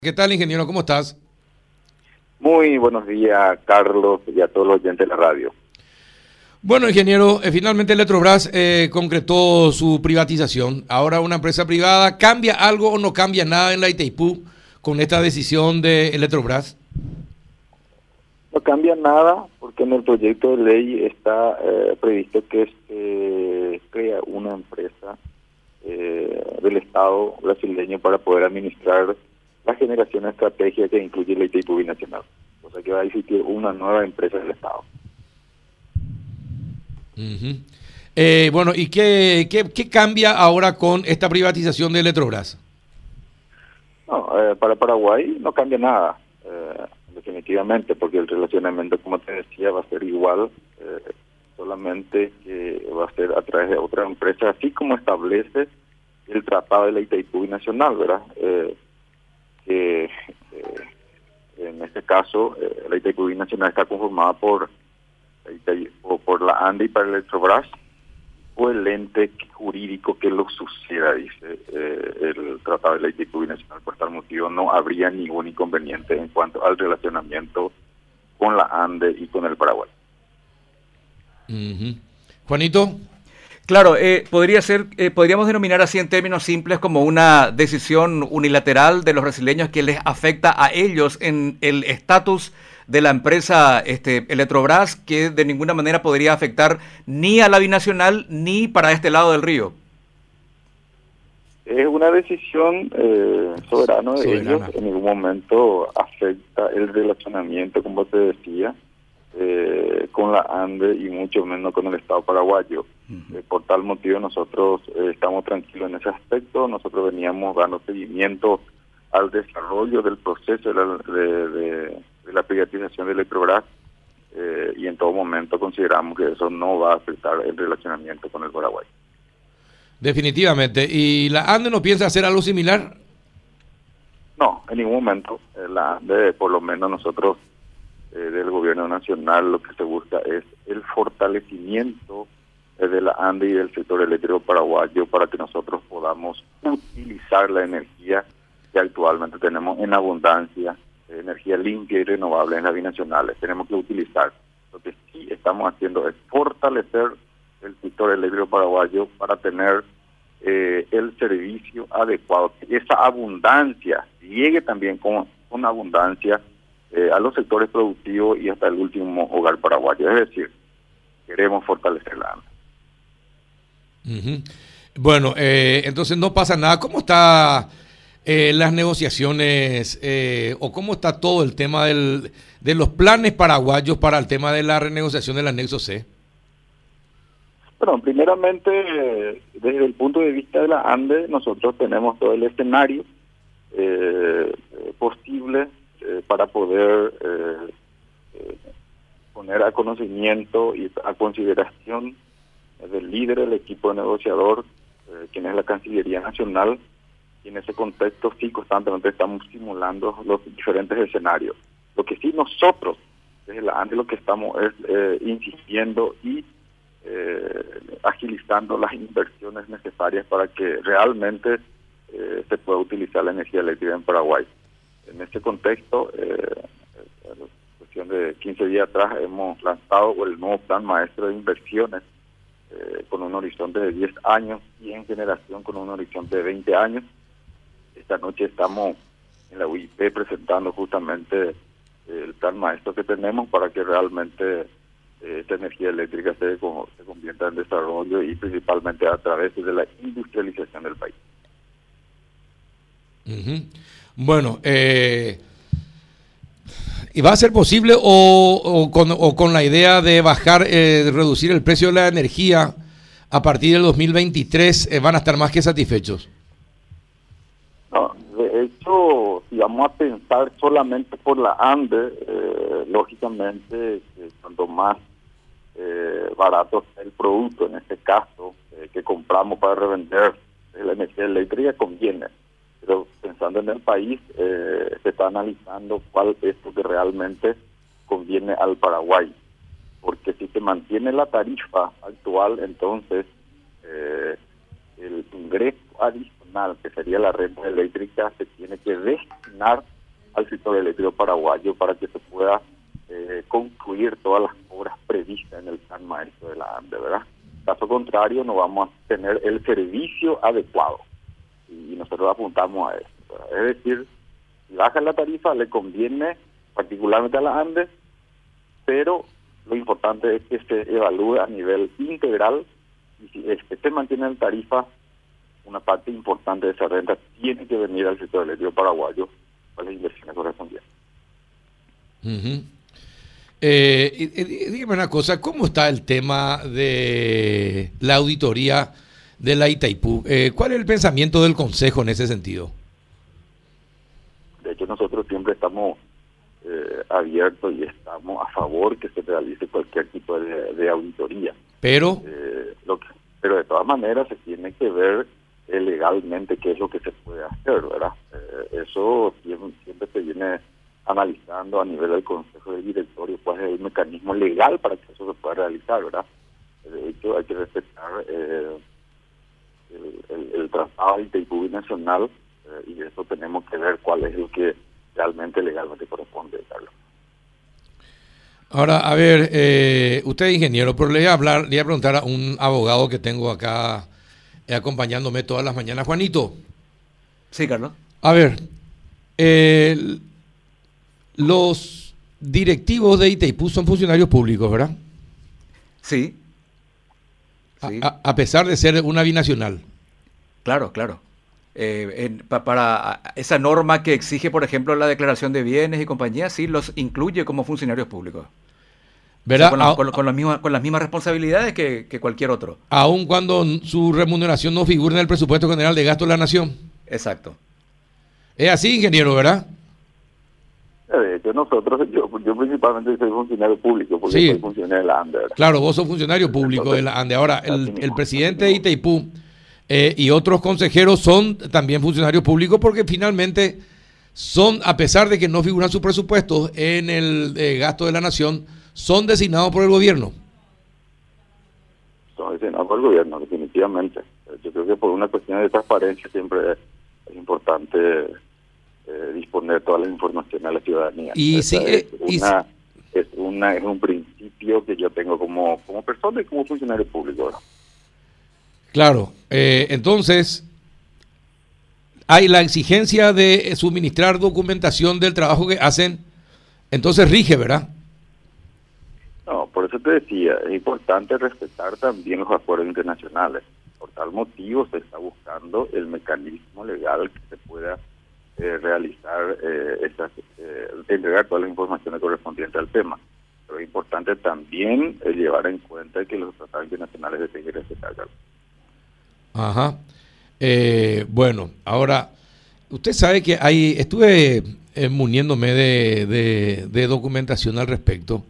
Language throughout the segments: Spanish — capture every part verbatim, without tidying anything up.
¿Qué tal, ingeniero? ¿Cómo estás? Muy buenos días, Carlos, y a todos los oyentes de la radio. Bueno, ingeniero, eh, finalmente Electrobras eh, concretó su privatización. Ahora una empresa privada. ¿Cambia algo o no cambia nada en la Itaipú con esta decisión de Electrobras? No cambia nada porque en el proyecto de ley está eh, previsto que se crea una empresa eh, del Estado brasileño para poder administrar la generación estratégica que incluye la Itaipú Binacional. O sea que va a existir una nueva empresa del Estado. Uh-huh. eh, bueno, ¿y qué, qué, qué cambia ahora con esta privatización de Electrobras? No, eh, para Paraguay no cambia nada, eh, definitivamente, porque el relacionamiento, como te decía, va a ser igual, eh, solamente que va a ser a través de otra empresa, así como establece el Tratado de la Itaipú Binacional, ¿verdad? Eh, que eh, en este caso eh, la Itaipú Binacional está conformada por, o por la ANDE y para Electrobras, o el ente jurídico que lo suceda, dice eh, el Tratado de la Itaipú Binacional. Por tal motivo no habría ningún inconveniente en cuanto al relacionamiento con la ANDE y con el Paraguay. Uh-huh. Juanito. Claro, eh, podría ser, eh, podríamos denominar así en términos simples como una decisión unilateral de los brasileños que les afecta a ellos en el estatus de la empresa este, Electrobras, que de ninguna manera podría afectar ni a la binacional ni para este lado del río. Es una decisión eh, soberana de Soberana. ellos. En ningún momento afecta el relacionamiento, como te decía, eh, con la ANDE y mucho menos con el Estado paraguayo. Uh-huh. Eh, por tal motivo nosotros eh, estamos tranquilos en ese aspecto. Nosotros veníamos dando seguimiento al desarrollo del proceso de la, de, de, de la privatización de Electrobras eh, y en todo momento consideramos que eso no va a afectar el relacionamiento con el Paraguay. Definitivamente. ¿Y la ANDE no piensa hacer algo similar? No, en ningún momento. Eh, la ANDE, por lo menos nosotros eh, del gobierno nacional, lo que se busca es el fortalecimiento eh, de la ANDE y del sector eléctrico paraguayo para que nosotros podamos utilizar la energía que actualmente tenemos en abundancia, eh, energía limpia y renovable en las binacionales. Tenemos que utilizar. Lo que sí estamos haciendo es fortalecer el sector eléctrico paraguayo para tener eh, el servicio adecuado, que esa abundancia llegue también con, con abundancia eh, a los sectores productivos y hasta el último hogar paraguayo. Es decir, queremos fortalecer la ANDE. Uh-huh. Bueno, eh, entonces no pasa nada. ¿Cómo está eh, las negociaciones eh, o cómo está todo el tema del, de los planes paraguayos para el tema de la renegociación del anexo C? Bueno, primeramente, desde el punto de vista de la ANDE, nosotros tenemos todo el escenario eh, posible eh, para poder eh, eh, poner a conocimiento y a consideración del líder del equipo negociador, eh, quien es la Cancillería Nacional, y en ese contexto sí constantemente estamos simulando los diferentes escenarios. Lo que sí nosotros, desde la ANDE, lo que estamos es eh, insistiendo y Eh, agilizando las inversiones necesarias para que realmente eh, se pueda utilizar la energía eléctrica en Paraguay. En este contexto, eh, en cuestión de quince días atrás, hemos lanzado el nuevo plan maestro de inversiones eh, con un horizonte de diez años y en generación con un horizonte de veinte años. Esta noche estamos en la U I P presentando justamente el plan maestro que tenemos para que realmente esta energía eléctrica se, se convierta en desarrollo y principalmente a través de la industrialización del país. Uh-huh. Bueno, eh, ¿y va a ser posible o, o, con, o con la idea de bajar, eh, de reducir el precio de la energía a partir del dos mil veintitrés eh, van a estar más que satisfechos? No, de hecho, si vamos a pensar solamente por la ANDE, eh, lógicamente, eh, cuanto más Eh, barato el producto, en este caso, eh, que compramos para revender la energía eléctrica, conviene. Pero pensando en el país, eh, se está analizando cuál es lo que realmente conviene al Paraguay. Porque si se mantiene la tarifa actual, entonces eh, el ingreso adicional adicional, que sería la renta eléctrica, se tiene que destinar al sector eléctrico paraguayo para que se pueda eh, concluir todas las obras previstas en el plan maestro de la ANDE, ¿verdad? Caso contrario, no vamos a tener el servicio adecuado y nosotros apuntamos a eso, ¿verdad? Es decir, si baja la tarifa le conviene particularmente a la ANDE, pero lo importante es que se evalúe a nivel integral y si es que se mantiene en tarifa, una parte importante de esa renta tiene que venir al sector eléctrico paraguayo para las inversiones correspondientes. Uh-huh. Eh, y, y, dígame una cosa, ¿cómo está el tema de la auditoría de la Itaipú? Eh, ¿Cuál es el pensamiento del Consejo en ese sentido? De hecho, nosotros siempre estamos eh, abiertos y estamos a favor que se realice cualquier tipo de, de auditoría. Pero... Eh, lo que, pero de todas maneras se tiene que ver eh, legalmente qué es lo que se puede hacer, ¿verdad? Eh, eso siempre, siempre se viene analizando a nivel del Consejo de Directorio, pues hay un mecanismo legal para que eso se pueda realizar, ¿verdad? De hecho, hay que respetar eh, el, el, el tratado de Itaipú Nacional eh, y eso tenemos que ver cuál es lo que realmente legalmente corresponde, Carlos. Ahora, a ver, eh, usted es ingeniero, pero le voy a hablar, le voy a preguntar a un abogado que tengo acá eh, acompañándome todas las mañanas. Juanito. Sí, Carlos. A ver, eh, los directivos de Itaipú son funcionarios públicos, ¿verdad? Sí. sí. A, a pesar de ser una binacional. Claro, claro. Eh, en, pa, para esa norma que exige, por ejemplo, la declaración de bienes y compañías, sí los incluye como funcionarios públicos. ¿Verdad? O sea, con, la, con, con, las mismas, con las mismas responsabilidades que, que cualquier otro. Aun cuando su remuneración no figura en el presupuesto general de gasto de la nación. Exacto. Es así, ingeniero, ¿verdad? De hecho, nosotros, yo, yo principalmente soy funcionario público, porque sí. soy funcionario de la ANDE. Claro, vos sos funcionario público Entonces, de la ANDE. Ahora, el, el presidente de Itaipú eh, y otros consejeros son también funcionarios públicos porque finalmente son, a pesar de que no figuran sus presupuestos en el eh, gasto de la nación, son designados por el gobierno. Son designados por el gobierno, definitivamente. Yo creo que por una cuestión de transparencia siempre es importante eh, disponer todas las informaciones a la ciudadanía. Y sí, es, y una, sí. es una es un principio que yo tengo como, como persona y como funcionario público, ¿verdad? Claro, eh, entonces hay la exigencia de suministrar documentación del trabajo que hacen, entonces rige, ¿verdad? No, por eso te decía, es importante respetar también los acuerdos internacionales. Por tal motivo se está buscando el mecanismo legal que se pueda eh, realizar, eh, estas, eh, entregar todas las informaciones correspondientes al tema. Pero es importante también eh, llevar en cuenta que los tratados internacionales se tienen que respetar. Ajá. Eh, bueno, ahora, usted sabe que hay, estuve eh, muniéndome de, de, de documentación al respecto.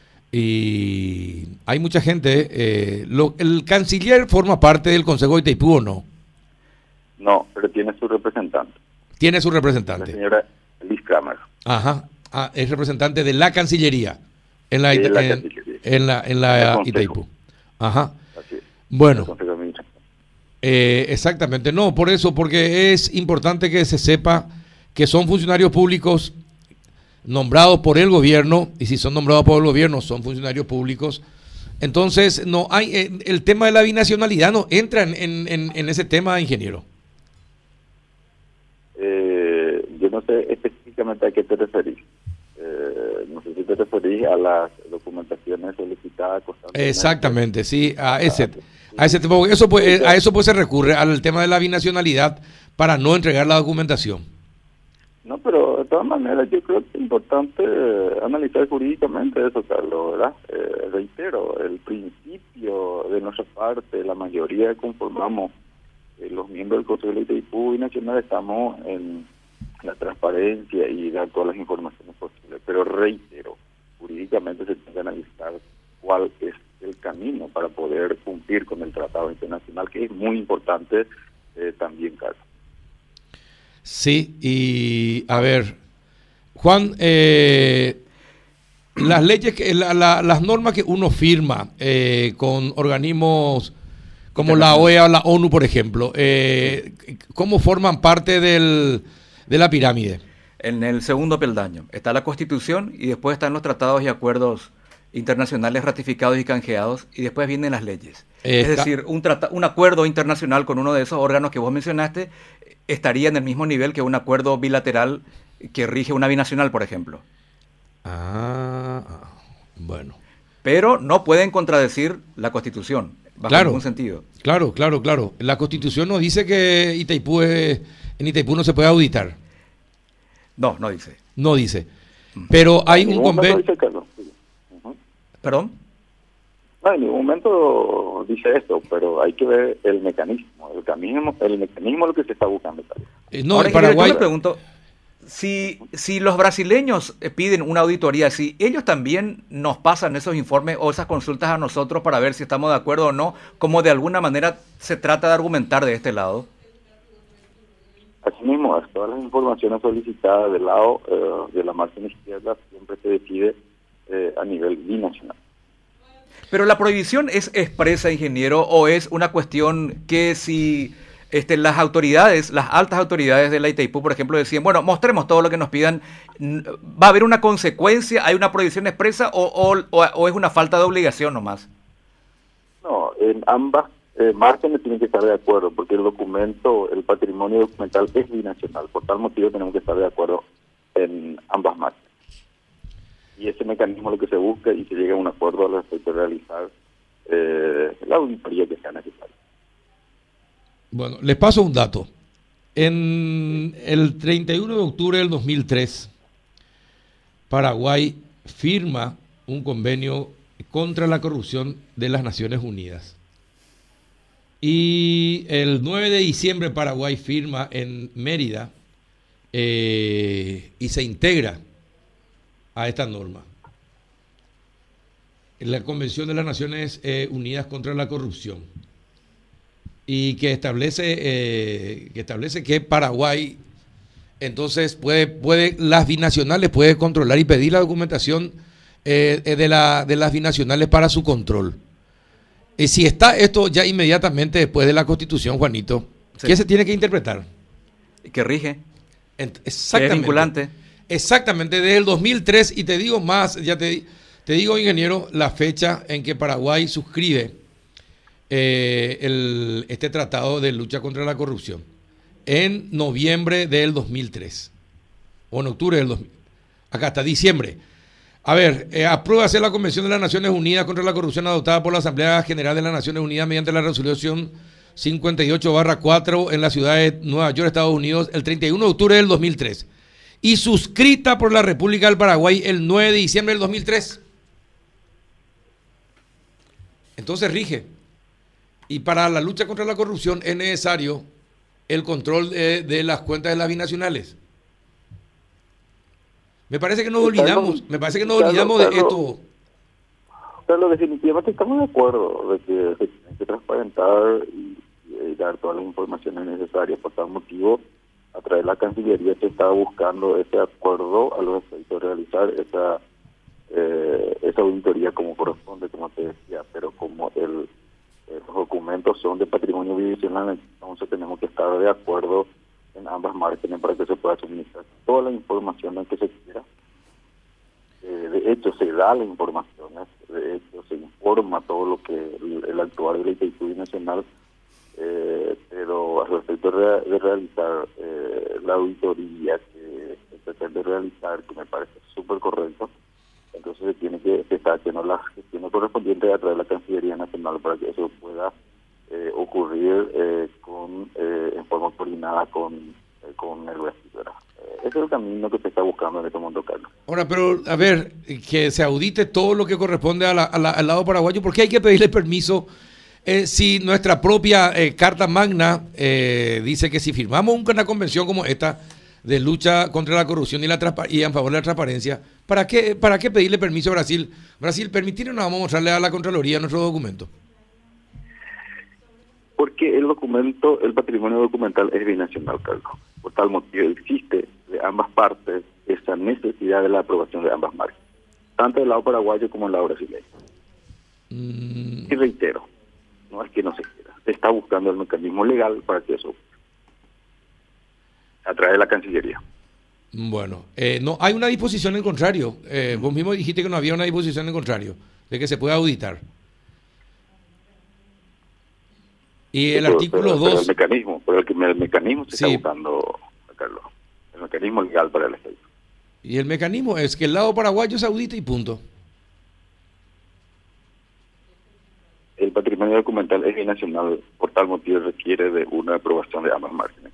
Y hay mucha gente. Eh, lo, ¿El canciller forma parte del Consejo de Itaipú o no? No, pero tiene su representante. Tiene su representante. La señora Liz Kramer. Ajá. Ah, es representante de la Cancillería en la, de la en, Cancillería. En la, en la en Itaipú. Ajá. Así es. Bueno. Eh, exactamente. No, por eso, porque es importante que se sepa que son funcionarios públicos nombrados por el gobierno, y si son nombrados por el gobierno son funcionarios públicos. Entonces no hay eh, el tema de la binacionalidad no entra en, en, en ese tema, ingeniero. Eh, yo no sé específicamente a qué te referís. Eh, no sé si te referís a las documentaciones solicitadas constantemente. Exactamente, sí, a ese, a ese tema. Eso puede, a eso pues se recurre al tema de la binacionalidad para no entregar la documentación. No, pero de todas maneras yo creo que es importante eh, analizar jurídicamente eso, Carlos, ¿verdad? Eh, reitero, el principio de nuestra parte, la mayoría que conformamos eh, los miembros del Consejo de Itaipú y Nacional estamos en la transparencia y dar todas las informaciones posibles, pero reitero, jurídicamente se tiene que analizar cuál es el camino para poder cumplir con el Tratado Internacional, que es muy importante eh, también, Carlos. Sí, y a ver, Juan, eh, las leyes, que, la, la, las normas que uno firma eh, con organismos como la O E A o la ONU, por ejemplo, eh, ¿cómo forman parte del, de la pirámide? En el segundo peldaño está la Constitución y después están los tratados y acuerdos internacionales ratificados y canjeados y después vienen las leyes. Eh, es decir, un, trata, un acuerdo internacional con uno de esos órganos que vos mencionaste estaría en el mismo nivel que un acuerdo bilateral que rige una binacional, por ejemplo. Ah, bueno. Pero no pueden contradecir la Constitución, bajo claro, ningún sentido. Claro, claro, claro. La Constitución no dice que Itaipú es, en Itaipú no se puede auditar. No, no dice. No dice. Pero hay un convenio. Uh-huh. ¿Perdón? No, en ningún momento dice esto, pero hay que ver el mecanismo. El mecanismo, el mecanismo es lo que se está buscando. Eh, no, Ahora, en Paraguay. Yo me pregunto, si, si los brasileños piden una auditoría, si ellos también nos pasan esos informes o esas consultas a nosotros para ver si estamos de acuerdo o no, como de alguna manera se trata de argumentar de este lado. Asimismo, todas las informaciones solicitadas del lado eh, de la margen izquierda siempre se decide eh, a nivel binacional. Pero la prohibición es expresa, ingeniero, o es una cuestión que si este, las autoridades, las altas autoridades de la Itaipú, por ejemplo, decían, bueno, mostremos todo lo que nos pidan, ¿va a haber una consecuencia? ¿Hay una prohibición expresa o, o, o, o es una falta de obligación nomás? No, en ambas eh, márgenes tienen que estar de acuerdo, porque el documento, el patrimonio documental es binacional, por tal motivo tenemos que estar de acuerdo en ambas márgenes. Y ese mecanismo es lo que se busca y se llega a un acuerdo al respecto de realizar eh, la auditoría que sea necesaria. Bueno, les paso un dato. En el treinta y uno de octubre del dos mil tres, Paraguay firma un convenio contra la corrupción de las Naciones Unidas. Y el nueve de diciembre Paraguay firma en Mérida eh, y se integra a esta norma. La Convención de las Naciones eh, Unidas contra la Corrupción. Y que establece, eh, que establece que Paraguay entonces puede, puede, las binacionales puede controlar y pedir la documentación eh, de, la, de las binacionales para su control. Y si está esto ya inmediatamente después de la Constitución, Juanito, sí. ¿Qué se tiene que interpretar? Que rige. Exactamente. Que es vinculante. Exactamente, desde el dos mil tres, y te digo más, ya te, te digo, ingeniero, la fecha en que Paraguay suscribe eh, el, este tratado de lucha contra la corrupción, en noviembre del dos mil tres, o en octubre del dos mil, acá hasta diciembre. A ver, eh, aprueba hacer la Convención de las Naciones Unidas contra la Corrupción adoptada por la Asamblea General de las Naciones Unidas mediante la resolución cincuenta y ocho barra cuatro en la ciudad de Nueva York, Estados Unidos, el treinta y uno de octubre del dos mil tres. Y suscrita por la República del Paraguay el nueve de diciembre del dos mil tres. Entonces rige. Y para la lucha contra la corrupción es necesario el control de, de las cuentas de las binacionales. Me parece que nos olvidamos, me parece que nos olvidamos de esto. Pero definitivamente estamos de acuerdo de que se tiene que transparentar y, y dar todas las informaciones necesarias. Por tal motivo, a través de la Cancillería se está buscando ese acuerdo a los efectos de realizar esa eh, esa auditoría como corresponde, como te decía, pero como el, eh, los documentos son de patrimonio binacional, entonces tenemos que estar de acuerdo en ambas márgenes para que se pueda suministrar toda la información que se quiera. Eh, de hecho, se da la información, de hecho, se informa todo lo que el, el actual de la Itaipú Nacional. Eh, pero al respecto de, de realizar eh, la auditoría que se pretende realizar, que me parece súper correcto, entonces se tiene que se está haciendo las gestiones correspondientes a través de la Cancillería Nacional para que eso pueda eh, ocurrir eh, con eh, en forma coordinada con, eh, con el resto. Eh, ese es el camino que se está buscando en este mundo, Carlos. Ahora, pero a ver, que se audite todo lo que corresponde a la, a la, al lado paraguayo, ¿por qué hay que pedirle permiso? Eh, si nuestra propia eh, Carta Magna eh, dice que si firmamos una convención como esta de lucha contra la corrupción y, la y en favor de la transparencia, ¿para qué, para qué pedirle permiso a Brasil? Brasil, permitirnos, vamos a mostrarle a la Contraloría nuestro documento. Porque el documento, el patrimonio documental es binacional, Carlos. Por tal motivo existe de ambas partes esa necesidad de la aprobación de ambas márgenes, tanto del lado paraguayo como del lado brasileño. Mm. Y reitero, no es que no se quiera, está buscando el mecanismo legal para que eso a través de la Cancillería. Bueno, eh, no hay una disposición en contrario. Eh, vos mismo dijiste que no había una disposición en contrario, de que se pueda auditar. Y el pero, artículo pero, dos... Pero el mecanismo, pero el, el mecanismo se sí. está buscando, Carlos. El mecanismo legal para el Estado. Y el mecanismo es que el lado paraguayo se audite y punto. El patrimonio documental es binacional, por tal motivo requiere de una aprobación de ambas márgenes.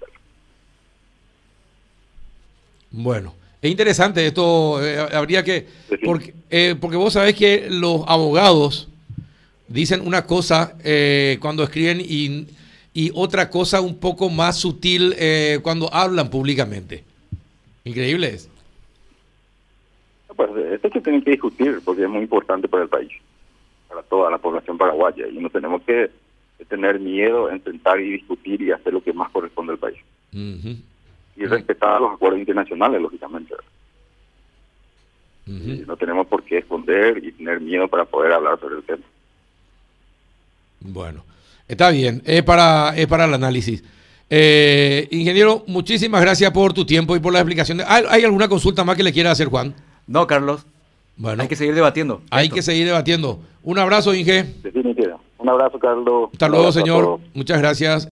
Bueno, es interesante esto, eh, habría que... Porque, eh, porque vos sabés que los abogados dicen una cosa eh, cuando escriben y, y otra cosa un poco más sutil eh, cuando hablan públicamente. Increíble es. Pues esto se tiene que discutir porque es muy importante para el país, para toda la población paraguaya, y no tenemos que tener miedo en sentar y discutir y hacer lo que más corresponde al país. Uh-huh. Y respetar los acuerdos internacionales, lógicamente. Uh-huh. Y no tenemos por qué esconder y tener miedo para poder hablar sobre el tema. Bueno, está bien, es para, es para el análisis. Eh, ingeniero, muchísimas gracias por tu tiempo y por la explicación. ¿Hay, ¿Hay alguna consulta más que le quiera hacer, Juan? No, Carlos. Bueno, hay que seguir debatiendo. Hay esto. que seguir debatiendo. Un abrazo, Inge. Definitivamente. Un abrazo, Carlos. Hasta luego, señor. Muchas gracias.